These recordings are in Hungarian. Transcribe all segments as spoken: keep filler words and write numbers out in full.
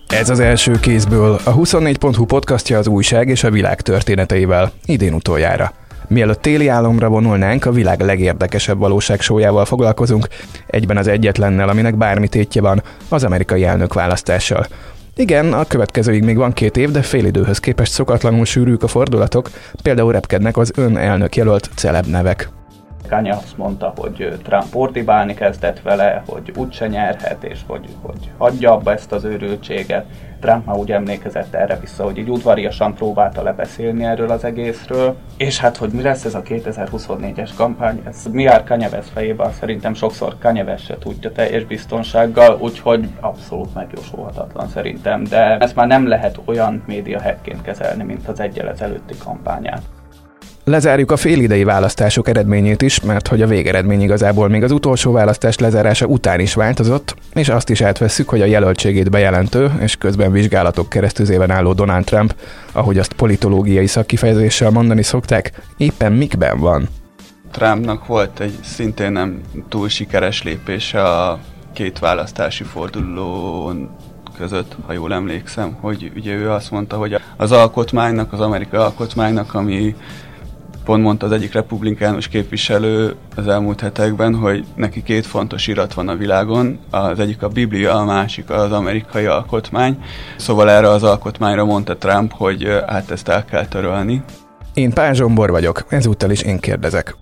Ez az első kézből, a huszonnégy pont hu podcastja az újság és a világ történeteivel, idén utoljára. Mielőtt téli álomra vonulnánk, a világ legérdekesebb valóságsójával foglalkozunk, egyben az egyetlennel, aminek bármi tétje van, az amerikai elnökválasztással. Igen, a következőig még van két év, de félidőhöz képest szokatlanul sűrűk a fordulatok, például repkednek az ön elnök jelölt celeb nevek. Kanye azt mondta, hogy Trump ordibálni kezdett vele, hogy úgyse nyerhet, és hogy, hogy hagyja abba ezt az őrültséget. Trump már úgy emlékezett erre vissza, hogy így udvariasan próbálta lebeszélni erről az egészről. És hát, hogy mi lesz ez a kétezer-huszonnégyes kampány, ez mi jár Kanye West fejében, szerintem sokszor Kanye West se tudja teljes biztonsággal, úgyhogy abszolút megjósolhatatlan szerintem. De ezt már nem lehet olyan média hackként kezelni, mint az egyel ezelőtti kampányát. Lezárjuk a félidei választások eredményét is, mert hogy a végeredmény igazából még az utolsó választás lezárása után is változott, és azt is átvesszük, hogy a jelöltségét bejelentő és közben vizsgálatok keresztüzében álló Donald Trump, ahogy azt politológiai szakkifejezéssel mondani szokták, éppen mikben van. Trumpnak volt egy szintén nem túl sikeres lépése a két választási fordulón között, ha jól emlékszem, hogy ugye ő azt mondta, hogy az alkotmánynak, az amerikai alkotmánynak, ami pont mondta az egyik republikánus képviselő az elmúlt hetekben, hogy neki két fontos irat van a világon, az egyik a Biblia, a másik az amerikai alkotmány. Szóval erre az alkotmányra mondta Trump, hogy hát ezt el kell törölni. Én Pál Zsombor vagyok, ezúttal is én kérdezek.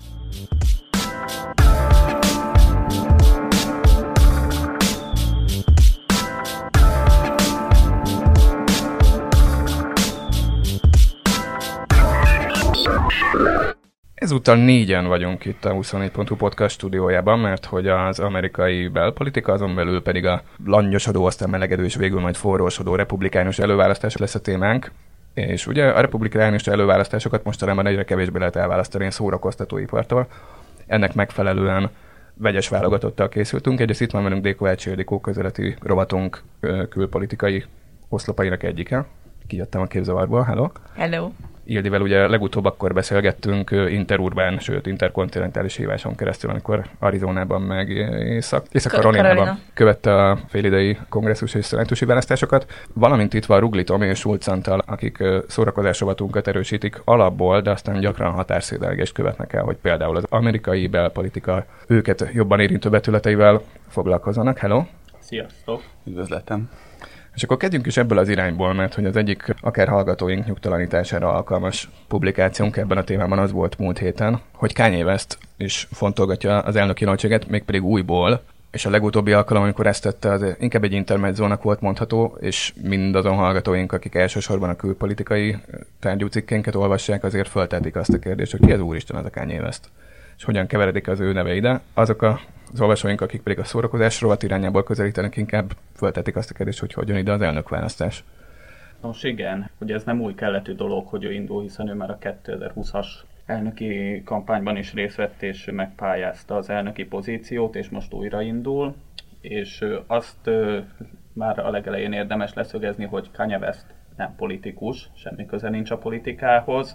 Ezúttal négyen vagyunk itt a huszonnégy pont hu podcast stúdiójában, mert hogy az amerikai belpolitika, azon belül pedig a langyosodó, aztán melegedő és végül majd forrósodó republikánus előválasztás lesz a témánk. És ugye a republikánus előválasztásokat mostanában egyre kevésbé lehet elválasztani a szórakoztatóipartól. Ennek megfelelően vegyes válogatottal készültünk. Egyrészt itt van velünk D. Kovács Ildikó, közéleti rovatunk külpolitikai oszlopainak egyike. Kijöttem a képzavarból. Hello! Hello! Ildivel ugye legutóbb akkor beszélgettünk interurbán, sőt interkontinentális híváson keresztül, amikor Arizonában meg Észak, Észak-Karolinában követte a félidei kongresszus és szenátusi választásokat, valamint itt van Rugli Tomi és Schulz Antal, akik szórakozás rovatunkat erősítik alapból, de aztán gyakran határszédelgést követnek el, hogy például az amerikai belpolitika őket jobban érintő betületeivel foglalkozzanak. Hello! Sziasztok! Üdvözletem! És akkor kezdjünk is ebből az irányból, mert hogy az egyik akár hallgatóink nyugtalanítására alkalmas publikációnk ebben a témában az volt múlt héten, hogy Kanye West is fontolgatja az elnöki jelöltséget, mégpedig újból, és a legutóbbi alkalom, amikor ezt tette, az inkább egy intermedzónak volt mondható, és mindazon hallgatóink, akik elsősorban a külpolitikai tárgyú cikkénket olvassák, azért föltetik azt a kérdést, hogy ki az úristen az a Kanye West, és hogyan keveredik az ő neve ide. Azok a Az olvasóink, akik pedig a szórakozás rovat irányából közelítenek, inkább föltetik azt a kérdést, hogy hogyan ide az elnökválasztás. Nos igen, ugye ez nem új keletű dolog, hogy ő indul, hiszen ő már a kétezer-húszas elnöki kampányban is részt vett, és megpályázta az elnöki pozíciót, és most újra indul. És azt már a legelején érdemes leszögezni, hogy Kanye West nem politikus, semmi köze nincs a politikához.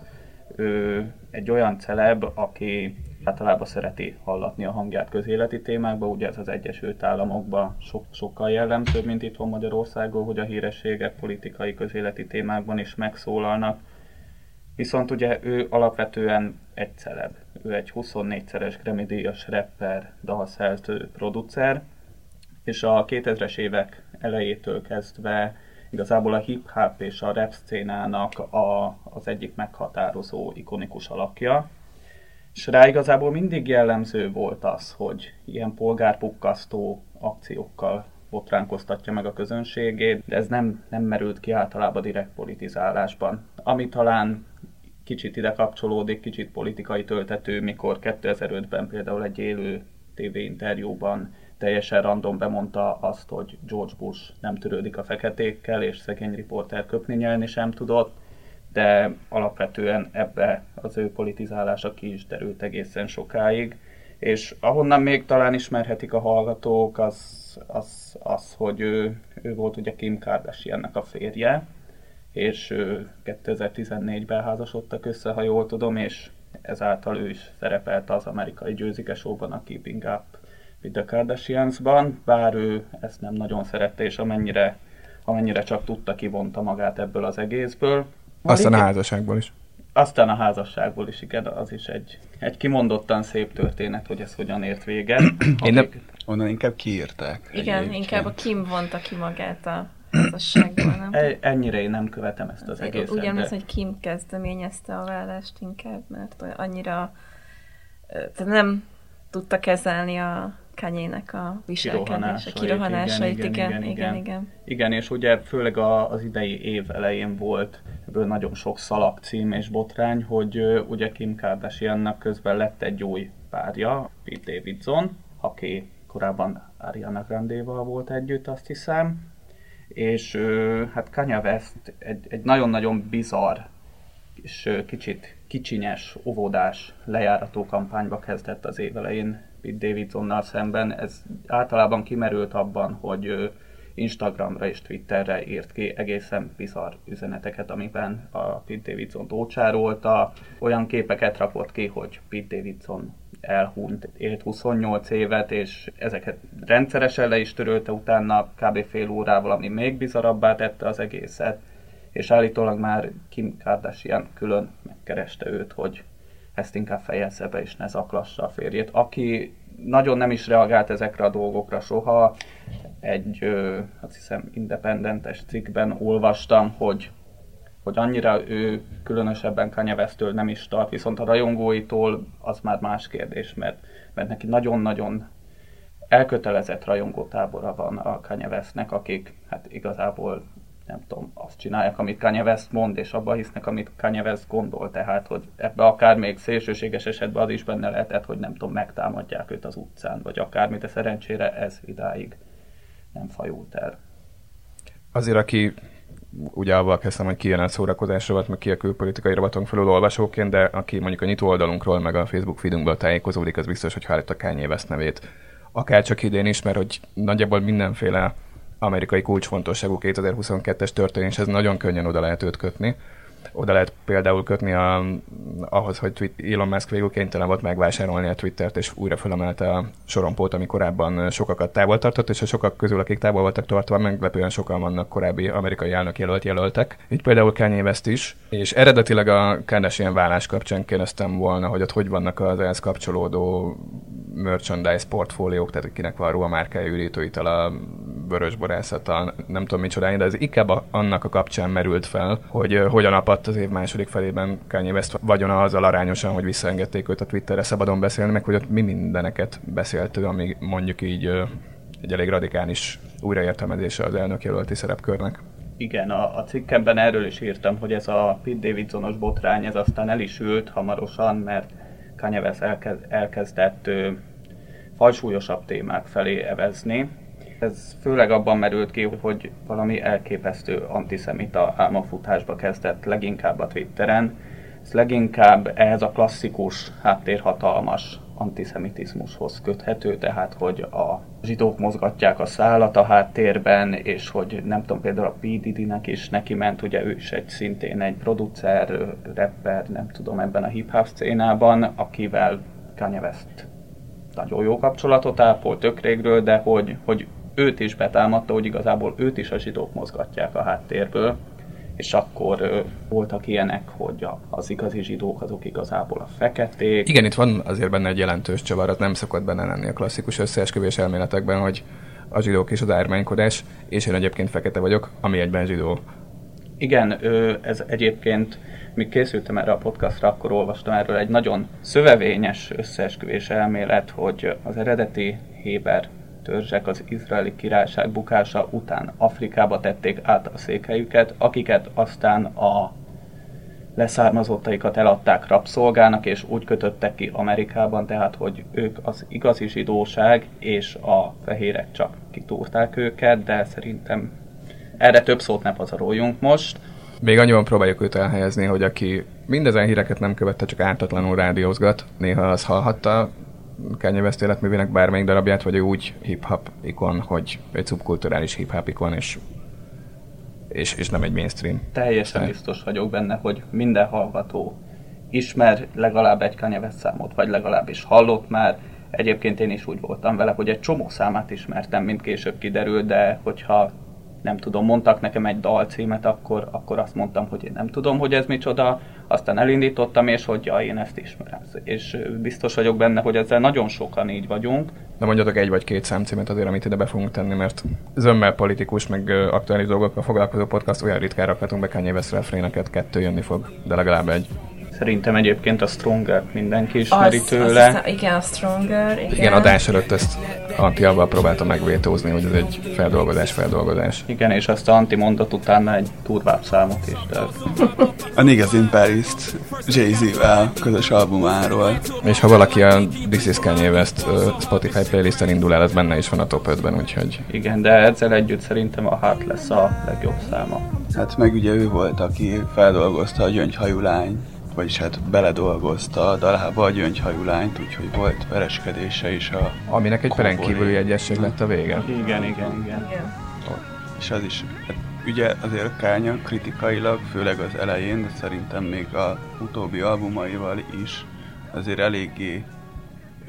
Ő egy olyan celeb, aki általában szereti hallatni a hangját közéleti témákban, ugye ez az Egyesült Államokban so- sokkal jellemzőbb, mint itthon Magyarországon, hogy a hírességek politikai közéleti témákban is megszólalnak. Viszont ugye ő alapvetően egy celeb. Ő egy huszonnégyszeres Grammy-díjas rapper, dalszerző, producer, és a kétezres évek elejétől kezdve igazából a hip-hop és a rap szcénának a, az egyik meghatározó, ikonikus alakja. És rá igazából mindig jellemző volt az, hogy ilyen polgárpukkasztó akciókkal botránkoztatja meg a közönségét, de ez nem, nem merült ki általában direkt politizálásban. Ami talán kicsit ide kapcsolódik, kicsit politikai töltető, mikor kétezer-ötben például egy élő tévéinterjúban teljesen random bemondta azt, hogy George Bush nem törődik a feketékkel, és szegény riporter köpni nyelni sem tudott, de alapvetően ebbe az ő politizálása ki is derült egészen sokáig. És ahonnan még talán ismerhetik a hallgatók, az, az, az hogy ő, ő volt ugye Kim Kardashiannek a férje, és ő kétezer-tizennégyben házasodtak össze, ha jól tudom, és ezáltal ő is szerepelt az amerikai győzike showban, a Keeping Up with the Kardashians-ban, bár ő ezt nem nagyon szerette, és amennyire amennyire csak tudta, kivonta magát ebből az egészből. Aztán a házasságból is. Aztán a házasságból is, igen, az is egy, egy kimondottan szép történet, hogy ez hogyan ért véget. Én nem... Onnan inkább kiírták. Igen, egyébként. inkább a Kim vonta ki magát a házasságból, nem? E, ennyire én nem követem ezt az egészet. Ugyanaz, de... hogy Kim kezdeményezte a vállást inkább, mert annyira tehát nem tudta kezelni a Kanye-nek a viselkedés, a kirohanásait, igen, igen, igen, igen, igen. Igen, és ugye főleg a, az idei év elején volt ebből nagyon sok szalagcím és botrány, hogy uh, ugye Kim Kardashiannak közben lett egy új párja, Pete Davidson, aki korábban Ariana Grande-val volt együtt, azt hiszem, és uh, hát Kanye West egy, egy nagyon-nagyon bizarr és uh, kicsit kicsinyes, óvodás lejárató kampányba kezdett az év elején Pete Davidsonnal szemben. Ez általában kimerült abban, hogy Instagramra és Twitterre írt ki egészen bizarr üzeneteket, amiben a Pete Davidson ócsárolta, olyan képeket rakott ki, hogy Pete Davidson elhunyt, élt huszonnyolc évet, és ezeket rendszeresen le is törölte, utána kb. Fél órával, ami még bizarabbá tette az egészet, és állítólag már Kim Kardashian külön megkereste őt, hogy ezt inkább fejezze be, és ne zaklassa a férjét. Aki nagyon nem is reagált ezekre a dolgokra soha, egy, ö, azt hiszem, independentes cikkben olvastam, hogy, hogy annyira ő különösebben Kanye Westtől nem is tart, viszont a rajongóitól az már más kérdés, mert, mert neki nagyon-nagyon elkötelezett rajongótábora van a Kanye Westnek, akik hát igazából nem tudom, azt csinálják, amit Kanye West mond, és abban hisznek, amit Kanye West gondol, tehát, hogy ebbe akár még szélsőséges esetben az is benne lehetett, hogy nem tudom, megtámadják őt az utcán, vagy akármit, de szerencsére ez idáig nem fajult el. Azért, aki ugye avval kezdtem, hogy kijön a szórakozás rovat, meg ki a külpolitikai rovaton felül olvasóként, de aki mondjuk a nyitó oldalunkról, meg a Facebook feedunkból tájékozódik, az biztos, hogy hallott a Kanye West nevét. Akár csak idén is, mert hogy nagyjából mindenféle amerikai kulcsfontosságú kétezer-huszonkettes történéshez nagyon könnyen oda lehet őt kötni. Oda lehet például kötni a, ahhoz, hogy Elon Musk végül kénytelen volt megvásárolni a Twittert, és újra fölemelte a sorompót, ami korábban sokakat távol tartott, és a sokak közül, akik távol voltak tartva, meglepően sokan vannak korábbi amerikai elnök jelölt jelöltek. Így például Kanye West is. És eredetileg a Kardashian vállás kapcsán kérdeztem volna, hogy ott hogy vannak az ehhez kapcsolódó merchandise portfóliók, tehát hogy kinek van ruhamárkája, üdítőital, a vörösborászata, nem tudom micsodáig, de ez inkább a, annak a kapcsán merült fel, hogy uh, hogyan apadt az év második felében Kanye West vagyona azzal arányosan, hogy visszaengedték őt a Twitterre szabadon beszélni, meg hogy ott mi mindeneket beszélt ő, ami mondjuk így uh, egy elég radikális újraértelmezése az elnökjelölti szerepkörnek. Igen, a, a cikkemben erről is írtam, hogy ez a Pete Davidsonos botrány, ez aztán el is ült hamarosan, mert Kanye West elkezd, elkezdett ö, fajsúlyosabb témák felé evezni. Ez főleg abban merült ki, hogy valami elképesztő antiszemita álmafutásba kezdett leginkább a Twitteren. Ez leginkább ehhez a klasszikus, háttérhatalmas antiszemitizmushoz köthető, tehát hogy a zsidók mozgatják a szálat a háttérben, és hogy nem tudom, például a P. Diddy-nek is neki ment, ugye ő is egy szintén egy producer, rapper, nem tudom, ebben a hip-hop szcénában, akivel Kanye West nagyon jó kapcsolatot ápolt tök régről, de hogy, hogy őt is betámadta, hogy igazából őt is a zsidók mozgatják a háttérből, és akkor ö, voltak ilyenek, hogy a, az igazi zsidók azok igazából a feketék. Igen, itt van azért benne egy jelentős csavar, az nem szokott benne lenni a klasszikus összeesküvés elméletekben, hogy a zsidók és az ármánykodás, és én egyébként fekete vagyok, ami egyben zsidó. Igen, ö, ez egyébként, míg készültem erre a podcastra, akkor olvastam erről egy nagyon szövevényes összeesküvés elmélet, hogy az eredeti héber törzsek az izraeli királyság bukása után Afrikába tették át a székhelyüket, akiket aztán a leszármazottaikat eladták rabszolgának, és úgy kötöttek ki Amerikában, tehát hogy ők az igazi zsidóság, és a fehérek csak kitúrták őket, de szerintem erre több szót ne pazaroljunk most. Még annyiban próbáljuk őt elhelyezni, hogy aki mindezen híreket nem követte, csak ártatlanul rádiózgat, néha az hallhatta Kanye West életművének bármelyik darabját, vagy ő úgy hip-hop ikon, hogy egy szubkulturális hip-hop ikon, és, és, és nem egy mainstream. Teljesen Te... biztos vagyok benne, hogy minden hallgató ismer legalább egy Kanye West számot, vagy legalábbis hallott már. Egyébként én is úgy voltam vele, hogy egy csomó számát ismertem, mint később kiderült, de hogyha nem tudom, mondtak nekem egy dalcímet, akkor, akkor azt mondtam, hogy én nem tudom, hogy ez micsoda, aztán elindítottam, és hogy ja, én ezt ismerem. És biztos vagyok benne, hogy ezzel nagyon sokan így vagyunk. De mondjatok egy vagy két számcímet azért, amit ide be fogunk tenni, mert zömmel politikus, meg aktuális dolgokkal foglalkozó podcast olyan ritkán rakhatunk be Kanye West refréneket, kettő jönni fog, de legalább egy. Szerintem egyébként a Stronger mindenki ismeri az, tőle. Az, igen, a Stronger. Igen, igen adás előtt ezt Anti avval próbálta megvétózni, hogy ez egy feldolgozás, feldolgozás. Igen, és azt a Anti mondott utána egy durvább számot is. De... a Niggas in Paris-t Jay-Z-vel közös albumáról. És ha valaki a This is Kanye West Spotify playlisten indul el, ez benne is van a top ötben, úgyhogy... Igen, de ezzel együtt szerintem a Heart lesz a legjobb száma. Hát meg ugye ő volt, aki feldolgozta a Gyöngyhajú lány, vagyis hát beledolgozta a dalába a Gyöngyhajú lányt, úgyhogy volt vereskedése is a... Aminek egy peren kívüli egyesség lett a vége. Igen, igen, igen. igen. És az is, hát ugye azért Kanye kritikailag, főleg az elején, de szerintem még a utóbbi albumaival is azért eléggé ö,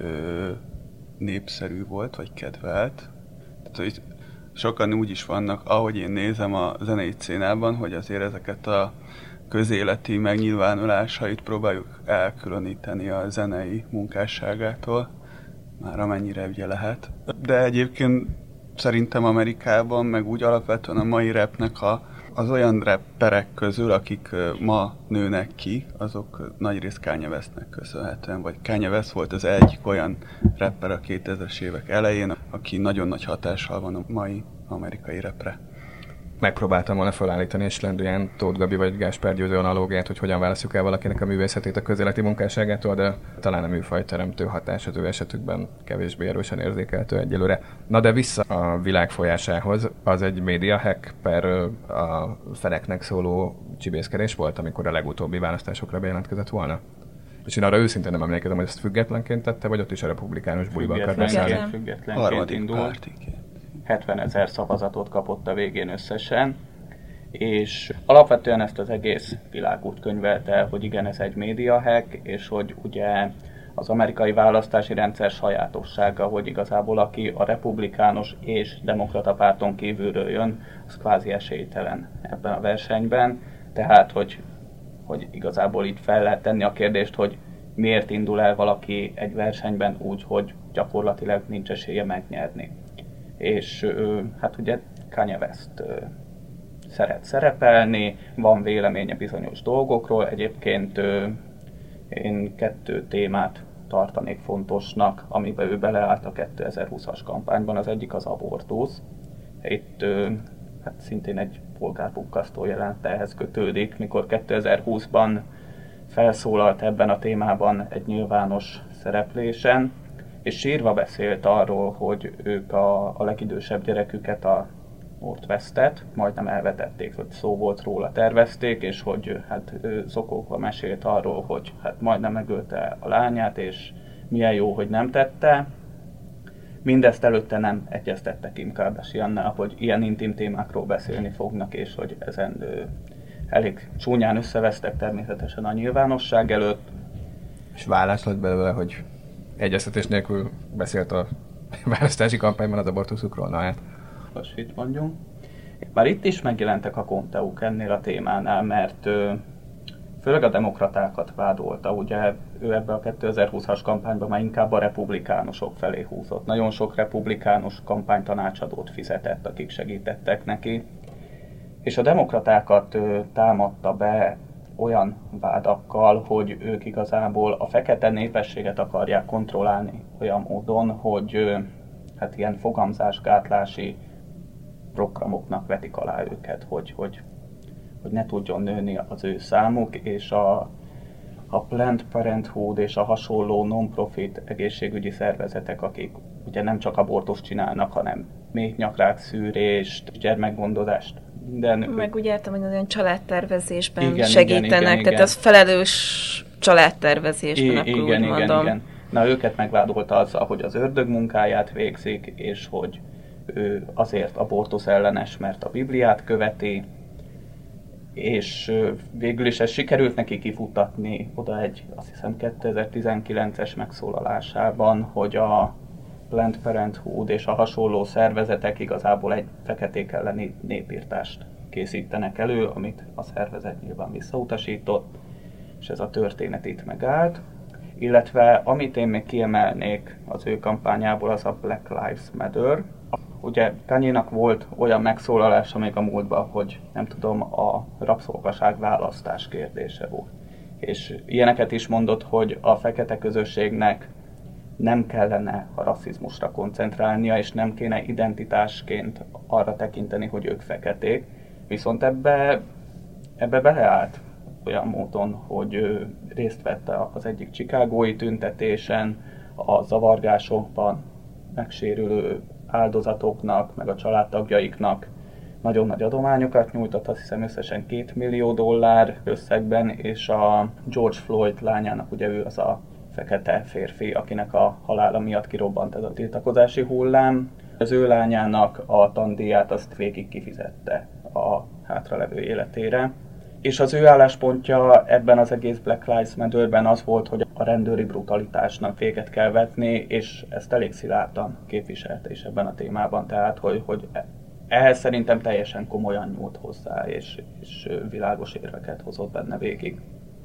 népszerű volt, vagy kedvelt. Tehát, hogy sokan úgy is vannak, ahogy én nézem a zenei szcénában, hogy azért ezeket a közéleti megnyilvánulásait próbáljuk elkülöníteni a zenei munkásságától, már amennyire ugye lehet. De egyébként szerintem Amerikában, meg úgy alapvetően a mai rapnek a, az olyan rapperek közül, akik ma nőnek ki, azok nagyrészt Kanye Westnek köszönhetően, vagy Kanye West volt az egyik olyan rapper a kétezres évek elején, aki nagyon nagy hatással van a mai amerikai rapre. Megpróbáltam volna felállítani és lendülján Tóth Gabi vagy Gáspár Győző analógiát, hogy hogyan választjuk el valakinek a művészetét a közéleti munkásságától, de talán a műfajteremtő hatás az ő esetükben kevésbé erősen érzékelhető egyelőre. Na de vissza a világ folyásához, az egy média hack per a feleknek szóló csibészkedés volt, amikor a legutóbbi választásokra bejelentkezett volna? És én arra őszintén nem emlékezem, hogy ezt függetlenként tette, vagy ott is a republikánus buliba akar beszélni. Függetlenként indult. hetvenezer szavazatot kapott a végén összesen, és alapvetően ezt az egész világ úgy könyvelte el, hogy igen, ez egy média hack, és hogy ugye az amerikai választási rendszer sajátossága, hogy igazából aki a republikánus és demokrata párton kívülről jön, az kvázi esélytelen ebben a versenyben, tehát hogy, hogy igazából így fel lehet tenni a kérdést, hogy miért indul el valaki egy versenyben úgy, hogy gyakorlatilag nincs esélye megnyerni. És hát ugye Kanye West szeret szerepelni, van véleménye bizonyos dolgokról. Egyébként én kettő témát tartanék fontosnak, amiben ő beleállt a kétezer-húszas kampányban. Az egyik az abortusz. Itt hát szintén egy polgárpukkasztó jelent ehhez kötődik, mikor kétezer-húszban felszólalt ebben a témában egy nyilvános szereplésen, és sírva beszélt arról, hogy ők a, a legidősebb gyereküket, a Northwestet, majdnem elvetették, hogy szó volt róla, tervezték, és hogy hát zokogva mesélt arról, hogy hát majdnem megölte a lányát, és milyen jó, hogy nem tette. Mindezt előtte nem egyeztettek Kim Kardashiannal, hogy ilyen intim témákról beszélni fognak, és hogy ezen ö, elég csúnyán összevesztek természetesen a nyilvánosság előtt. És válasz lett belőle, hogy egyeztetés nélkül beszélt a választási kampányban az abortuszukról, na hát. Most itt mondjunk. Már itt is megjelentek a konteuk ennél a témánál, mert ö, főleg a demokratákat vádolta, ugye ő ebbe a kétezer-húszas kampányban már inkább a republikánusok felé húzott. Nagyon sok republikánus kampánytanácsadót fizetett, akik segítettek neki. És a demokratákat ö, támadta be olyan vádakkal, hogy ők igazából a fekete népességet akarják kontrollálni olyan módon, hogy ö, hát ilyen fogamzásgátlási programoknak vetik alá őket, hogy, hogy, hogy ne tudjon nőni az ő számuk, és a, a Planned Parenthood és a hasonló non-profit egészségügyi szervezetek, akik ugye nem csak abortuszt csinálnak, hanem méhnyakrák szűrést, gyermekgondozást, minden. Meg úgy értem, hogy olyan családtervezésben igen, segítenek, igen, igen, tehát igen. az felelős családtervezésben, I- akkor igen, úgy igen, mondom. Igen. Na, őket megvádolta azzal, hogy az ördög munkáját végzik, és hogy ő azért abortusz ellenes, mert a Bibliát követi, és végül is ez sikerült neki kifutatni oda egy, azt hiszem kétezer-tizenkilences megszólalásában, hogy a Planned Parenthood és a hasonló szervezetek igazából egy feketék elleni népírtást készítenek elő, amit a szervezet nyilván visszautasított, és ez a történet itt megállt. Illetve amit én még kiemelnék az ő kampányából, az a Black Lives Matter. Ugye Kanyénak volt olyan megszólalása még a múltban, hogy nem tudom, a rabszolgaság választás kérdése volt. És ilyeneket is mondott, hogy a fekete közösségnek nem kellene a rasszizmusra koncentrálnia, és nem kéne identitásként arra tekinteni, hogy ők feketék. Viszont ebbe, ebbe beleállt olyan módon, hogy ő részt vette az egyik chicagói tüntetésen, a zavargásokban megsérülő áldozatoknak, meg a családtagjaiknak nagyon nagy adományokat nyújtott, azt hiszem összesen két millió dollár összegben, és a George Floyd lányának, ugye ő az a fekete férfi, akinek a halála miatt kirobbant ez a tiltakozási hullám. Az ő lányának a tandíját azt végig kifizette a hátralevő életére. És az ő álláspontja ebben az egész Black Lives Matter-ben az volt, hogy a rendőri brutalitásnak véget kell vetni, és ezt elég szilárdan képviselte is ebben a témában, tehát hogy, hogy ehhez szerintem teljesen komolyan nyúlt hozzá, és, és világos érveket hozott benne végig.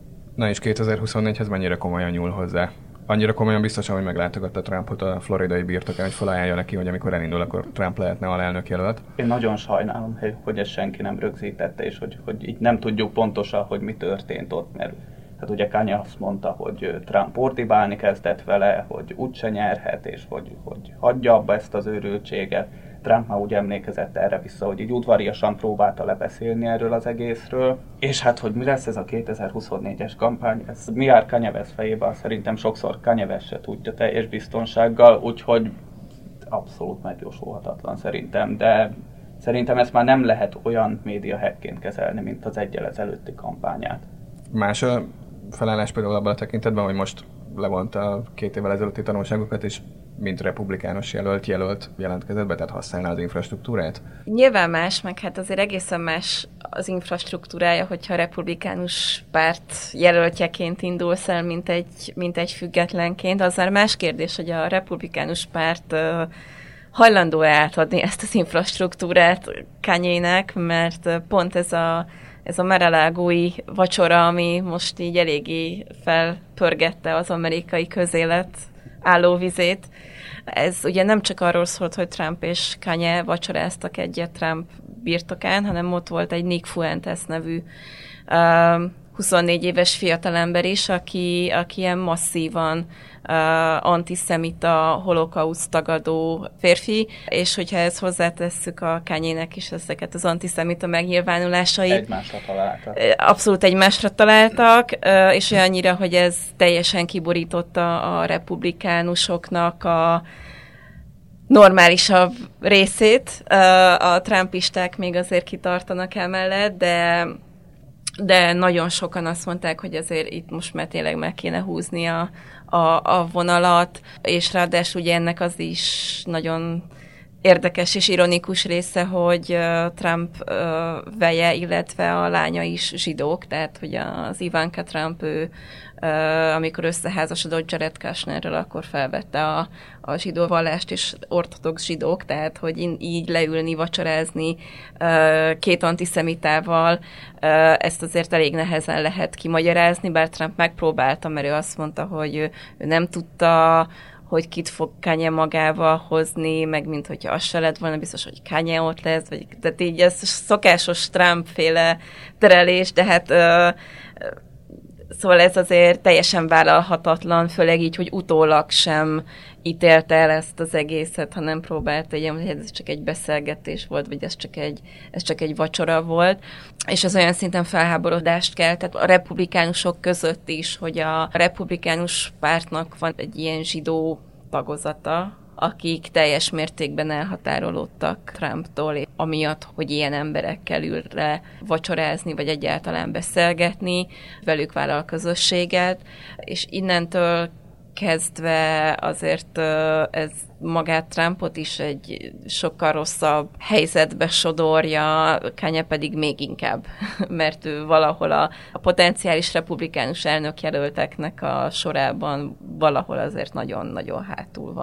Na és kétezer-huszonnégyhez mennyire komolyan nyúl hozzá? Annyira komolyan biztosan, hogy meglátogatta Trumpot a floridai birtokán, hogy felajánlja neki, hogy amikor elindul, akkor Trump lehetne alelnök jelölt. Én nagyon sajnálom, hogy ezt senki nem rögzítette, és hogy, hogy így nem tudjuk pontosan, hogy mi történt ott, mert hát ugye Kanye azt mondta, hogy Trump ordibálni kezdett vele, hogy úgyse nyerhet, és hogy, hogy hagyja abba ezt az őrültséget. Trump már úgy emlékezett erre vissza, hogy így udvariasan próbálta lebeszélni erről az egészről. És hát, hogy mi lesz ez a kétezer-huszonnégyes kampány, ez mi jár Kanye West fejében, szerintem sokszor Kanye West se tudja teljes biztonsággal, úgyhogy abszolút megjósolhatatlan szerintem, de szerintem ezt már nem lehet olyan média hackként kezelni, mint az egyel ezelőtti kampányát. Más a felállás például abban a tekintetben, hogy most levonta a két évvel ezelőtti tanulságokat, és mint republikánus jelölt jelölt jelentkezett be, tehát használná az infrastruktúrát? Nyilván más, meg hát azért egészen más az infrastruktúrája, hogyha a republikánus párt jelöltjeként indulsz el, mint egy, mint egy függetlenként. Az már más kérdés, hogy a republikánus párt uh, hajlandó-e átadni ezt az infrastruktúrát Kanyének, mert pont ez a ez a Mar-a-Lagói vacsora, ami most így eléggé felpörgette az amerikai közélet állóvizét. Ez ugye nem csak arról szólt, hogy Trump és Kanye vacsoráztak egyet Trump birtokán, hanem ott volt egy Nick Fuentes nevű uh, huszonnégy éves fiatalember is, aki, aki ilyen masszívan uh, antiszemita, holokauszt tagadó férfi, és hogyha ezt hozzátesszük a Kanyének is ezeket az antiszemita megnyilvánulásait. Egymásra találtak. Abszolút egymásra találtak, uh, és olyannyira, hogy ez teljesen kiborította a republikánusoknak a normálisabb részét. Uh, a trumpisták még azért kitartanak emellett, de de nagyon sokan azt mondták, hogy azért itt most már tényleg meg kéne húzni a, a, a vonalat, és ráadásul ugye ennek az is nagyon érdekes és ironikus része, hogy uh, Trump uh, veje, illetve a lánya is zsidók, tehát hogy az Ivanka Trump, ő, uh, amikor összeházasodott Jared Kushnerrel, akkor felvette a, a zsidó vallást és ortodox zsidók, tehát hogy in, így leülni, vacsorázni uh, két antiszemitával, uh, ezt azért elég nehezen lehet kimagyarázni, bár Trump megpróbálta, mert ő azt mondta, hogy ő, ő nem tudta, hogy kit fog Kanye magával hozni, meg mint hogyha az se lett volna biztos, hogy Kanye ott lesz, vagy, tehát így ez szokásos Trump-féle terelés, de hát uh, szóval ez azért teljesen vállalhatatlan, főleg így, hogy utólag sem ítélte el ezt az egészet, hanem próbálta, hogy ez csak egy beszélgetés volt, vagy ez csak egy, ez csak egy vacsora volt, és az olyan szinten felháborodást keltett a republikánusok között is, hogy a republikánus pártnak van egy ilyen zsidó tagozata, akik teljes mértékben elhatárolódtak Trumptól, amiatt, hogy ilyen emberekkel ül le vacsorázni, vagy egyáltalán beszélgetni, velük vállal közösséget, és innentől kezdve azért ez magát Trumpot is egy sokkal rosszabb helyzetbe sodorja, Kanye pedig még inkább, mert ő valahol a, a potenciális republikánus elnökjelölteknek a sorában valahol azért nagyon-nagyon hátul van.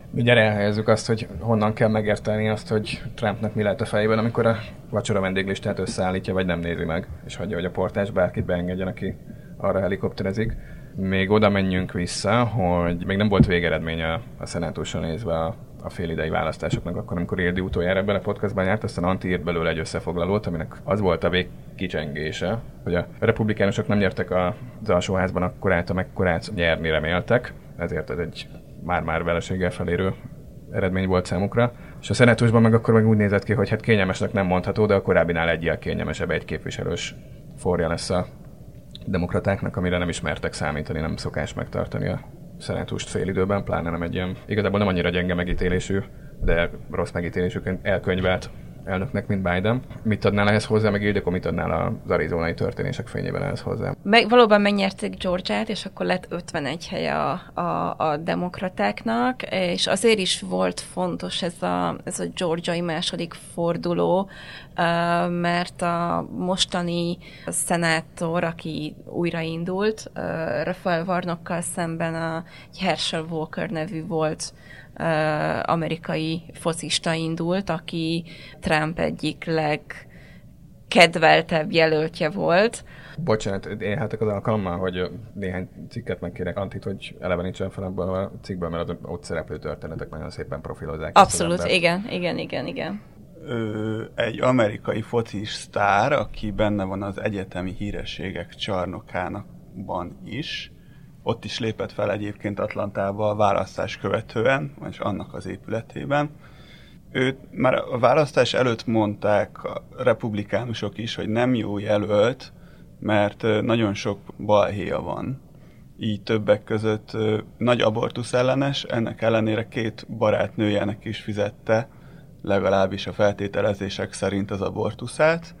Mindjárt elhelyezzük azt, hogy honnan kell megérteni azt, hogy Trumpnak mi lehet a fejében, amikor a vacsora vendéglistát összeállítja, vagy nem nézi meg, és hagyja, hogy a portás bárkit beengedjen, aki arra helikopterezik. Még oda menjünk vissza, hogy még nem volt végeredménye a szenátusra nézve a, a félidei választásoknak, akkor, amikor Ildi utoljára ebben a podcastban járt, aztán Antti írt belőle egy összefoglalót, aminek az volt a végkicsengése, hogy a republikánusok nem nyertek az alsóházban akkorát, amekkorát nyerni reméltek, ezért ez egy már-már veleséggel felérő eredmény volt számukra. És a szenátusban meg akkor meg úgy nézett ki, hogy hát kényelmesnek nem mondható, de a korábbinál egyel kényelmesebb, egy képviselős forja lesz a demokratáknak, amire nem ismertek számítani, nem szokás megtartani a szenátust fél időben, pláne nem egy ilyen, igazából nem annyira gyenge megítélésű, de rossz megítélésűként elkönyvelt elnöknek, mint Biden. Mit adnál ehhez hozzá, meg Ildikó, mit adnál az arizonai történések fényében ehhez hozzá? Meg, valóban megnyerték Georgiát, és akkor lett ötvenegy helye a, a, a demokratáknak, és azért is volt fontos ez a, ez a georgiai második forduló, mert a mostani szenátor, aki újraindult, Raphael Warnockkal szemben a Herschel Walker nevű volt amerikai focista indult, aki Trump egyik legkedveltebb jelöltje volt. Bocsánat, élhetek az alkalommal, hogy néhány cikket megkérek Antit, hogy elevenítsen fel abban a cikkből, mert az ott szereplő történetek nagyon szépen profilozzák. Abszolút, igen, igen, igen, igen. Ö, egy amerikai focis sztár, aki benne van az egyetemi hírességek csarnokánakban is, ott is lépett fel egyébként Atlantába a választás követően, és annak az épületében. Őt már a választás előtt mondták a republikánusok is, hogy nem jó jelölt, mert nagyon sok balhéja van. Így többek között nagy abortusz ellenes, ennek ellenére két barátnőjének is fizette, legalábbis a feltételezések szerint az abortuszát.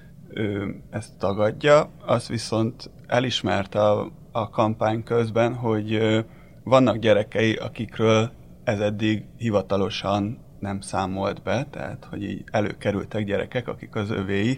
Ő ezt tagadja, azt viszont elismerte a a kampány közben, hogy vannak gyerekei, akikről ez eddig hivatalosan nem számolt be, tehát hogy így előkerültek gyerekek, akik az övéi,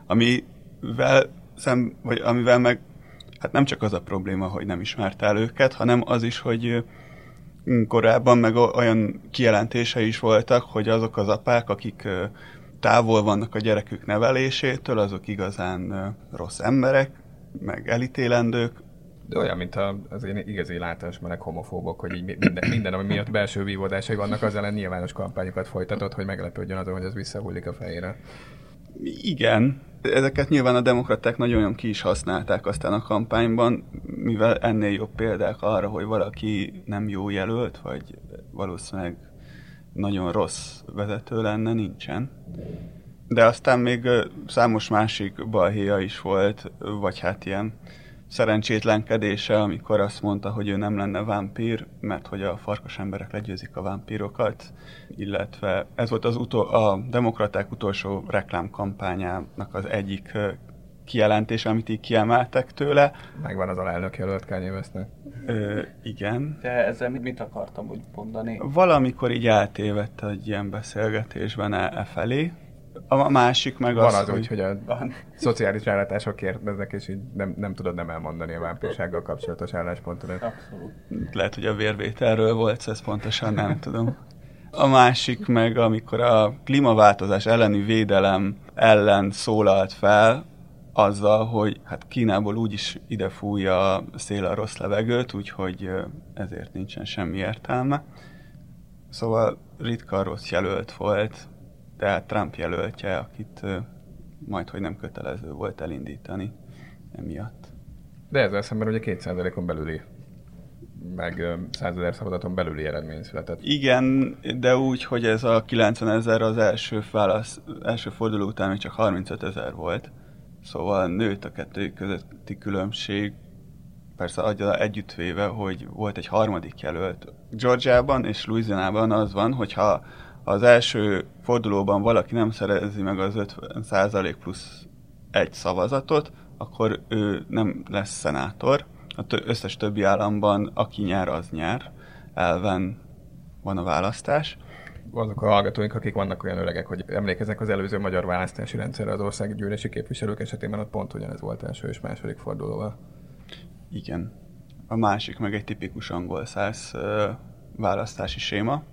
amivel, szem, vagy amivel meg hát nem csak az a probléma, hogy nem ismerte el őket, hanem az is, hogy korábban meg olyan kijelentései is voltak, hogy azok az apák, akik távol vannak a gyerekük nevelésétől, azok igazán rossz emberek, meg elítélendők. De olyan, mint az én igazi látásmenek homofóbok, hogy így minden, minden, ami miatt belső vívódásai vannak, az ellen nyilvános kampányokat folytatott, hogy meglepődjön azon, hogy ez visszahullik a fejére. Igen. Ezeket nyilván a demokraták nagyon ki is használták aztán a kampányban, mivel ennél jobb példák arra, hogy valaki nem jó jelölt, vagy valószínűleg nagyon rossz vezető lenne, nincsen. De aztán még számos másik balhéja is volt, vagy hát ilyen szerencsétlenkedése, amikor azt mondta, hogy ő nem lenne vámpír, mert hogy a farkas emberek legyőzik a vámpírokat, illetve ez volt az utol, a demokraták utolsó reklámkampányának az egyik kijelentés, amit így kiemeltek tőle. Megvan az alelnök jelölt Kanye Westnek. Ö, igen. De ezzel mit, mit akartam úgy mondani? Valamikor így eltévedt egy ilyen beszélgetésben e, e felé. A másik meg van az, az hogy... úgy, hogy a szociális rálátások kérdeznek, és így nem, nem tudod nem elmondani a vámpírsággal kapcsolatos álláspontodat. Abszolút. Lehet, hogy a vérvételről volt, ez pontosan nem tudom. A másik meg, amikor a klímaváltozás elleni védelem ellen szólalt fel, azzal, hogy hát Kínából úgyis ide fújja a szél a rossz levegőt, úgyhogy ezért nincsen semmi értelme. Szóval ritka rossz jelölt volt, tehát Trump jelöltje, akit majd, hogy nem kötelező volt elindítani emiatt. De ezzel szemben ugye két százalékon belüli, meg százezer szavazaton belüli eredmény született. Igen, de úgy, hogy ez a kilencvenezer az első, válasz, első forduló után még csak harmincötezer volt. Szóval nőtt a kettő közötti különbség, persze adja együttvéve, hogy volt egy harmadik jelölt. Georgiában és Louisianában az van, hogyha az első fordulóban valaki nem szerezi meg az ötven százalék plusz egy szavazatot, akkor ő nem lesz szenátor. A tö- összes többi államban aki nyer, az nyer. Elven van a választás. Azok a hallgatóink, akik vannak olyan öregek, hogy emlékeznek az előző magyar választási rendszerre az országgyűlési képviselők esetében, ott pont ugyanez volt első és második fordulóval. Igen. A másik meg egy tipikus angol száz választási séma,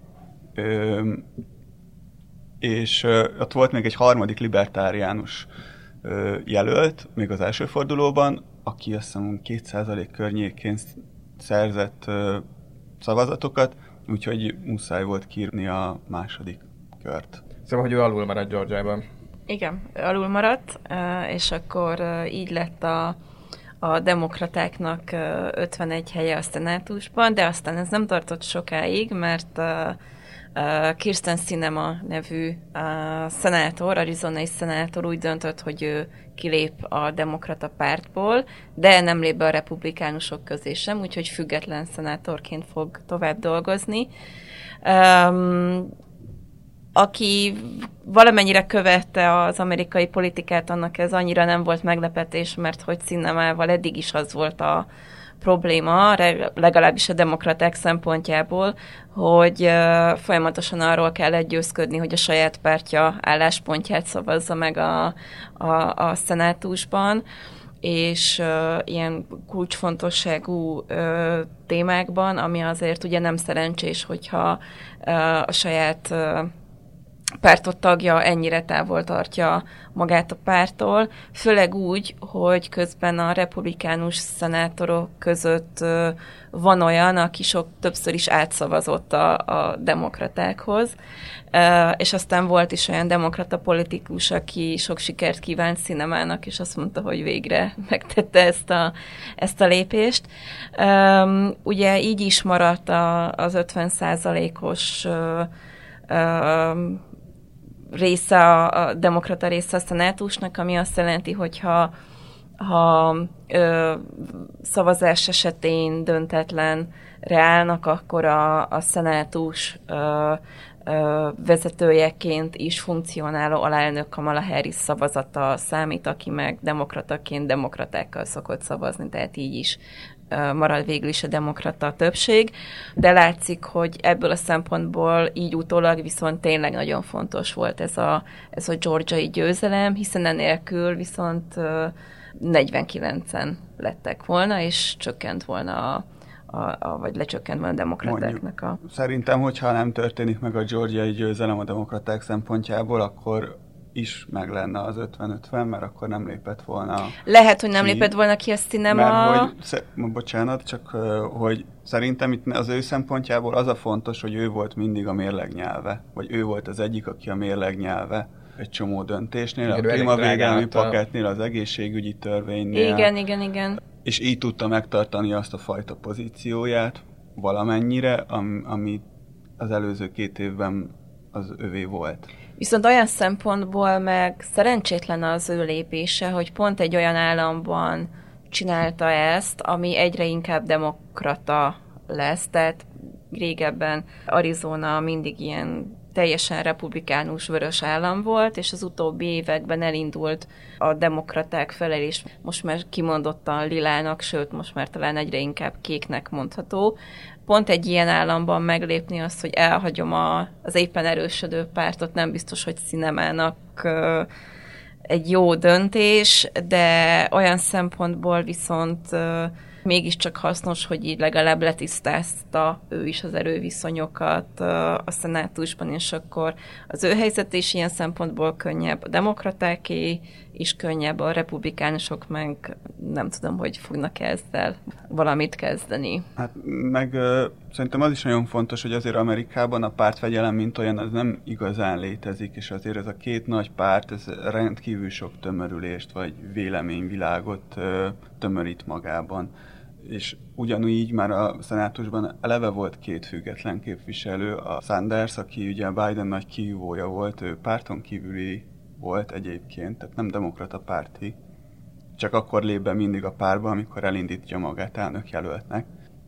Ö, és ö, ott volt még egy harmadik libertáriánus ö, jelölt, még az első fordulóban, aki azt hiszem két százalék környékén szerzett ö, szavazatokat, úgyhogy muszáj volt kiírni a második kört. Szóval, hogy ő alul maradt Georgiában. Igen, alul maradt, és akkor így lett a, a demokratáknak ötvenegy helye a szenátusban, de aztán ez nem tartott sokáig, mert Kyrsten Sinema nevű szenátor, arizonai szenátor úgy döntött, hogy ő kilép a demokrata pártból, de nem lép be a republikánusok közé sem, úgyhogy független szenátorként fog tovább dolgozni. Um, aki valamennyire követte az amerikai politikát, annak ez annyira nem volt meglepetés, mert hogy Sinemával eddig is az volt a probléma, legalábbis a demokraták szempontjából, hogy uh, folyamatosan arról kell győzködni, hogy a saját pártja álláspontját szavazza meg a, a, a szenátusban, és uh, ilyen kulcsfontosságú uh, témákban, ami azért ugye nem szerencsés, hogyha uh, a saját uh, pártot tagja ennyire távol tartja magát a pártól, főleg úgy, hogy közben a republikánus szenátorok között van olyan, aki sok többször is átszavazott a, a demokratákhoz, és aztán volt is olyan demokrata politikus, aki sok sikert kívánt Sinemának, és azt mondta, hogy végre megtette ezt a, ezt a lépést. Ugye így is maradt a, az ötven százalékos része, a, a demokrata része a szenátusnak, ami azt jelenti, hogyha ha ö, szavazás esetén döntetlenre állnak, akkor a, a szenátus ö, ö, vezetőjeként is funkcionáló alelnök Kamala Harris szavazata számít, aki meg demokrataként demokratákkal szokott szavazni, tehát így is marad végül is a demokrata többség, de látszik, hogy ebből a szempontból így utólag viszont tényleg nagyon fontos volt ez a, ez a georgiai győzelem, hiszen enélkül viszont negyvenkilencen lettek volna, és csökkent volna a, a, a vagy lecsökkent volna a demokratáknak a... Szerintem, hogyha nem történik meg a georgiai győzelem a demokraták szempontjából, akkor is meg lenne az ötven-ötven, mert akkor nem lépett volna Lehet, hogy nem ki. lépett volna ki a Sinema. Mert hogy, sze, bocsánat, csak hogy szerintem itt az ő szempontjából az a fontos, hogy ő volt mindig a mérleg nyelve, vagy ő volt az egyik, aki a mérleg nyelve egy csomó döntésnél, igen, a klímavédelmi paketnél, az egészségügyi törvénynél. Igen, igen, igen. És így tudta megtartani azt a fajta pozícióját valamennyire, am, ami az előző két évben az övé volt. Viszont olyan szempontból meg szerencsétlen az ő lépése, hogy pont egy olyan államban csinálta ezt, ami egyre inkább demokrata lesz, tehát régebben Arizona mindig ilyen teljesen republikánus vörös állam volt, és az utóbbi években elindult a demokraták felé, és most már kimondottan lilának, sőt, most már talán egyre inkább kéknek mondható. Pont egy ilyen államban meglépni azt, hogy elhagyom a, az éppen erősödő pártot, nem biztos, hogy Sinemának uh, egy jó döntés, de olyan szempontból viszont uh, mégiscsak hasznos, hogy így legalább letisztázta ő is az erőviszonyokat a szenátusban, és akkor az ő helyzet is ilyen szempontból könnyebb, a demokratáké is könnyebb, a republikánusok meg nem tudom, hogy fognak ezzel valamit kezdeni. Hát meg uh, szerintem az is nagyon fontos, hogy azért Amerikában a pártfegyelem mint olyan, az nem igazán létezik, és azért ez a két nagy párt, ez rendkívül sok tömörülést, vagy véleményvilágot uh, tömörít magában. És ugyanúgy már a szenátusban eleve volt két független képviselő, a Sanders, aki ugye Biden nagy kihívója volt, ő párton kívüli volt egyébként, tehát nem demokrata párti, csak akkor lép be mindig a párba, amikor elindítja magát elnökjelöltnek.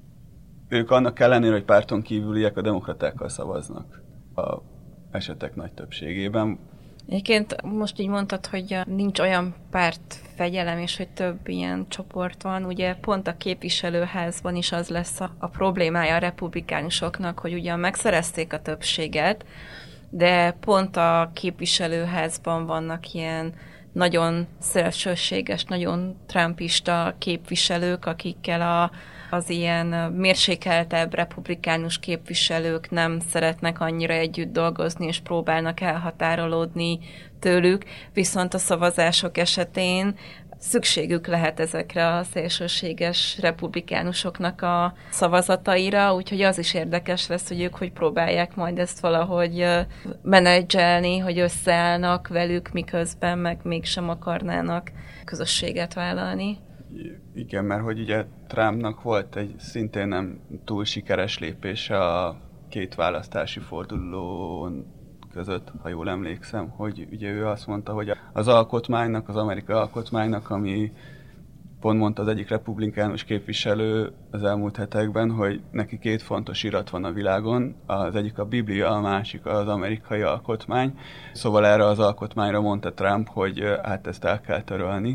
Ők annak ellenére, hogy párton kívüliek, a demokratákkal szavaznak a esetek nagy többségében. Egyébként most így mondtad, hogy nincs olyan pártfegyelem, és hogy több ilyen csoport van. Ugye pont a képviselőházban is az lesz a, a problémája a republikánusoknak, hogy ugyan megszerezték a többséget, de pont a képviselőházban vannak ilyen nagyon szélsőséges, nagyon trumpista képviselők, akikkel a, az ilyen mérsékeltebb republikánus képviselők nem szeretnek annyira együtt dolgozni, és próbálnak elhatárolódni tőlük, viszont a szavazások esetén szükségük lehet ezekre a szélsőséges republikánusoknak a szavazataira, úgyhogy az is érdekes lesz, hogy ők hogy próbálják majd ezt valahogy menedzselni, hogy összeállnak velük, miközben meg mégsem akarnának közösséget vállalni. Igen, mert hogy ugye Trumpnak volt egy szintén nem túl sikeres lépése a két választási fordulón között, ha jól emlékszem, hogy ugye ő azt mondta, hogy az alkotmánynak, az amerikai alkotmánynak, ami pont mondta az egyik republikánus képviselő az elmúlt hetekben, hogy neki két fontos irat van a világon, az egyik a Biblia, a másik az amerikai alkotmány. Szóval erre az alkotmányra mondta Trump, hogy hát ezt el kell törölni,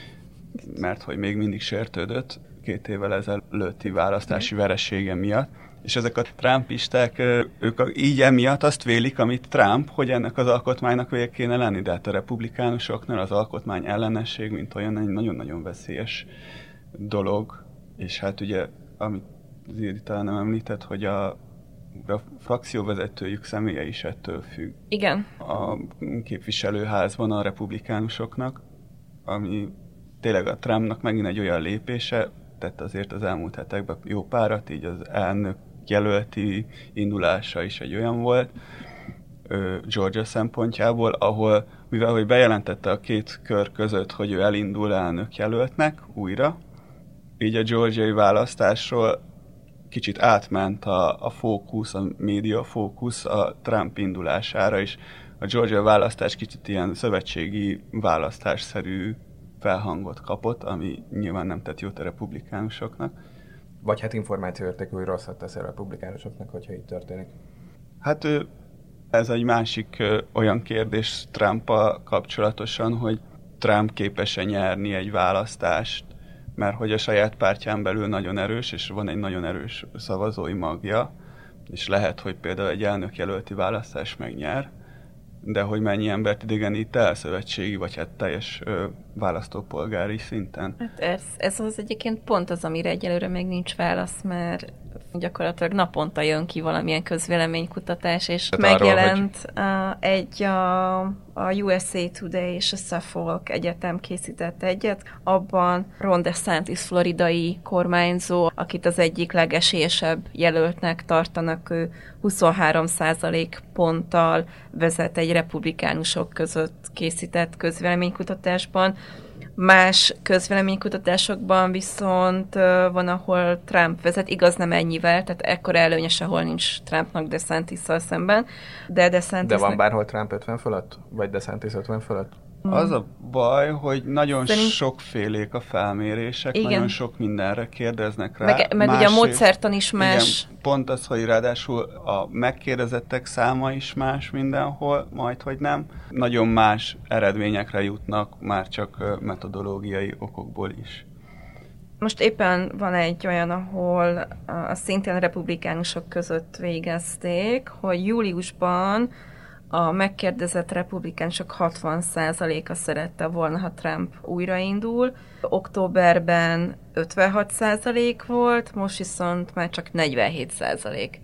mert hogy még mindig sértődött két évvel ezelőtti választási veresége miatt. És ezek a trumpisták, ők így emiatt azt vélik, amit Trump, hogy ennek az alkotmánynak végig kéne lenni, de hát a republikánusoknál az alkotmány ellenesség, mint olyan, egy nagyon-nagyon veszélyes dolog. És hát ugye, amit Zildi talán nem említett, hogy a, a frakcióvezetőjük személye is ettől függ. Igen. A képviselőházban a republikánusoknak, ami tényleg a Trumpnak megint egy olyan lépése, tett azért az elmúlt hetekben jó párat, így az elnök jelölti indulása is egy olyan volt Georgia szempontjából, ahol, mivel hogy bejelentette a két kör között, hogy ő elindul elnök jelöltnek újra, így a georgiai választásról kicsit átment a, a fókusz, a média fókusz a Trump indulására, és a Georgia választás kicsit ilyen szövetségi választásszerű felhangot kapott, ami nyilván nem tett jót a republikánusoknak. Vagy hát információértékű, hogy rosszat tesz a republikánusoknak, hogyha így történik. Hát ez egy másik olyan kérdés Trump-a kapcsolatosan, hogy Trump képes-e nyerni egy választást, mert hogy a saját pártján belül nagyon erős, és van egy nagyon erős szavazói magja, és lehet, hogy például egy elnökjelölti választás megnyer, de hogy mennyi embert idegenít el szövetségi, vagy hát teljes ö, választópolgári szinten. Hát ez, ez az egyébként pont az, amire egyelőre még nincs válasz, mert gyakorlatilag naponta jön ki valamilyen közvéleménykutatás, és tehát megjelent arról, hogy... egy a, a U S A Today és a Suffolk Egyetem készített egyet, abban Ron DeSantis floridai kormányzó, akit az egyik legesélyesebb jelöltnek tartanak, ő huszonhárom százalék ponttal vezet egy republikánusok között készített közvéleménykutatásban. Más közvéleménykutatásokban viszont van, ahol Trump vezet, igaz nem ennyivel, tehát ekkora előnye sehol nincs Trumpnak DeSantis-szal szemben, de DeSantis... De van bárhol Trump ötven fölött? Vagy DeSantis ötven fölött? Az a baj, hogy nagyon Szerint... sokfélék a felmérések, igen. Nagyon sok mindenre kérdeznek rá. Meg, meg ugye a módszertan is más. Igen, pont az, hogy ráadásul a megkérdezettek száma is más mindenhol, majd hogy nem. Nagyon más eredményekre jutnak, már csak metodológiai okokból is. Most éppen van egy olyan, ahol a szintén republikánusok között végezték, hogy júliusban a megkérdezett republikánusok hatvan százaléka szerette volna, ha Trump újraindul. Októberben ötvenhat százalék volt, most viszont már csak negyvenhét százalék.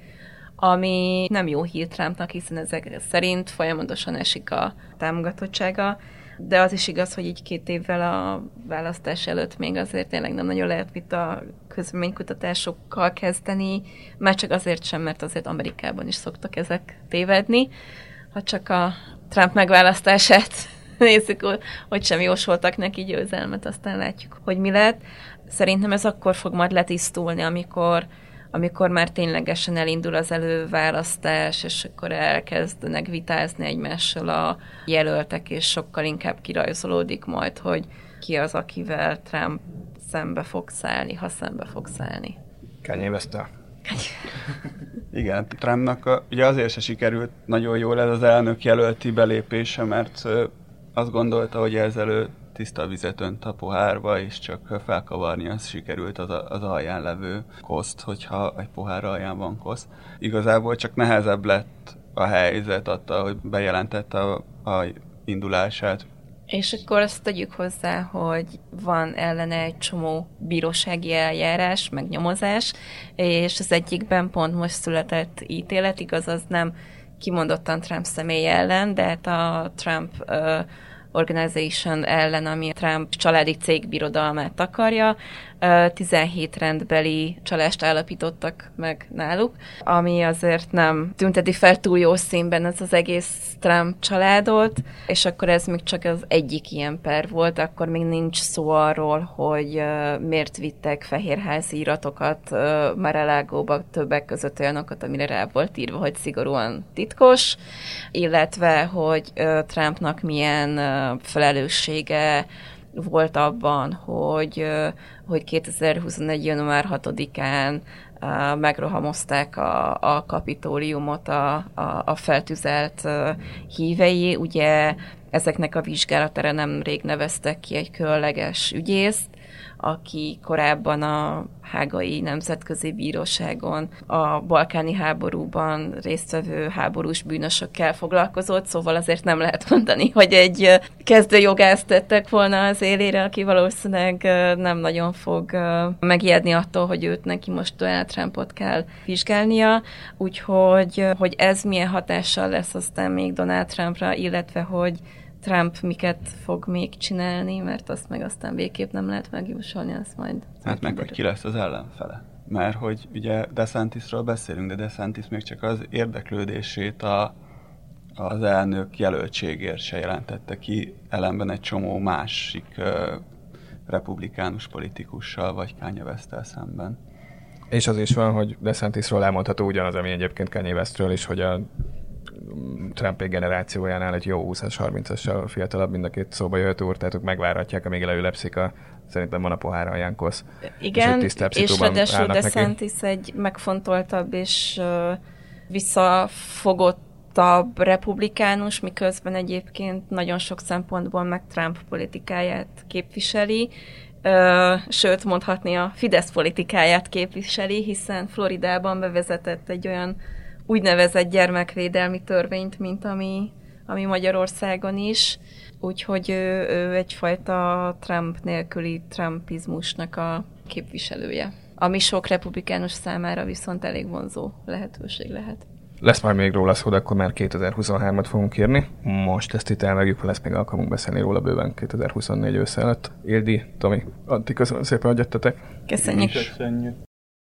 Ami nem jó hír Trumpnak, hiszen ezek szerint folyamatosan esik a támogatottsága, de az is igaz, hogy így két évvel a választás előtt még azért tényleg nem nagyon lehet mit a közvéleménykutatásokkal kezdeni, már csak azért sem, mert azért Amerikában is szoktak ezek tévedni. Ha csak a Trump megválasztását nézzük, hogy sem jósoltak neki győzelmet, aztán látjuk, hogy mi lett. Szerintem ez akkor fog majd letisztulni, amikor, amikor már ténylegesen elindul az előválasztás, és akkor elkezdenek vitázni egymással a jelöltek, és sokkal inkább kirajzolódik majd, hogy ki az, akivel Trump szembe fog szállni, ha szembe fog szállni. Kanye West-tel. Igen, Trumpnak a, ugye azért se sikerült nagyon jól ez az elnök jelölti belépése, mert azt gondolta, hogy ezzel tiszta vizet önt a pohárba, és csak felkavarni az sikerült az, a, az alján levő koszt, hogyha egy pohár alján van kosz. Igazából csak nehezebb lett a helyzet attól, hogy bejelentette a, a indulását És akkor azt tegyük hozzá, hogy van ellene egy csomó bírósági eljárás, meg nyomozás, és az egyikben pont most született ítélet, igaz, az nem kimondottan Trump személy ellen, de hát a Trump uh, Organization ellen, ami a Trump családi cég birodalmát akarja. tizenhét rendbeli csalást állapítottak meg náluk, ami azért nem tünteti fel túl jó színben ez az egész Trump családot, és akkor ez még csak az egyik ilyen per volt, akkor még nincs szó arról, hogy miért vittek fehérházi iratokat Mar-a-Lagóba, többek között olyanokat, amire rá volt írva, hogy szigorúan titkos, illetve, hogy Trumpnak milyen felelőssége volt abban, hogy, hogy kétezer-huszonegy. január hatodikán megrohamozták a, a kapitóliumot a, a, a feltűzelt hívei. Ugye ezeknek a vizsgálatára nemrég neveztek ki egy különleges ügyészt, aki korábban a Hágai Nemzetközi Bíróságon a balkáni háborúban résztvevő háborús bűnösökkel foglalkozott, szóval azért nem lehet mondani, hogy egy kezdőjogászt tettek volna az élére, aki valószínűleg nem nagyon fog megijedni attól, hogy őt neki most Donald Trumpot kell vizsgálnia, úgyhogy hogy ez milyen hatással lesz aztán még Donald Trumpra, illetve hogy Trump miket fog még csinálni, mert azt meg aztán végképp nem lehet megjósolni, azt majd... Hát meg, hogy ki lesz az ellenfele. Mert hogy ugye DeSantisról beszélünk, de DeSantis még csak az érdeklődését a, az elnök jelöltségért se jelentette ki, ellenben egy csomó másik uh, republikánus politikussal, vagy Kanye West-tel szemben. És az is van, hogy DeSantisról elmondható ugyanaz, ami egyébként Kanye Westről is, hogy a Trump generációjánál egy jó húszas-harmincassal fiatalabb mind a két szóba jöhető úr, tehát ők megvárhatják, amíg leülepszik a, szerintem van a pohár alján kosz. Igen, és, és ráadásul DeSantis egy megfontoltabb és uh, visszafogottabb republikánus, miközben egyébként nagyon sok szempontból meg Trump politikáját képviseli, uh, sőt mondhatni a Fidesz politikáját képviseli, hiszen Floridában bevezetett egy olyan úgynevezett gyermekvédelmi törvényt, mint ami, ami Magyarországon is. Úgyhogy ő, ő egyfajta Trump nélküli trumpizmusnak a képviselője. Ami sok republikánus számára viszont elég vonzó lehetőség lehet. Lesz majd még róla szó, de akkor már kétezer-huszonhármat fogunk írni. Most ezt itt elmegyük, lesz még alkalmunk beszélni róla bőven kétezer-huszonnégy ősszel előtt. Ildi, Tomi, Antti, köszönöm szépen, hogy jöttetek. Köszönjük. Köszönjük.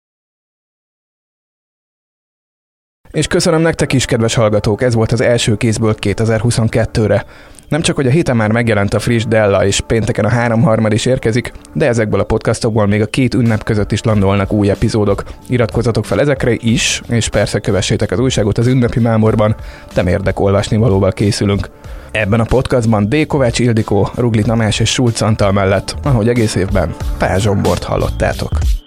És köszönöm nektek is, kedves hallgatók, ez volt az első kézből kétezer-huszonkettőre. Nem csak, hogy a héten már megjelent a friss Della, és pénteken a három harmad is érkezik, de ezekből a podcastokból még a két ünnep között is landolnak új epizódok. Iratkozzatok fel ezekre is, és persze kövessétek az újságot az ünnepi mámorban, de mérdek olvasni valóval készülünk. Ebben a podcastban D. Kovács Ildikó, Rugli Tamás és Schulz Antal mellett, ahogy egész évben, Pál Zsombort hallottátok.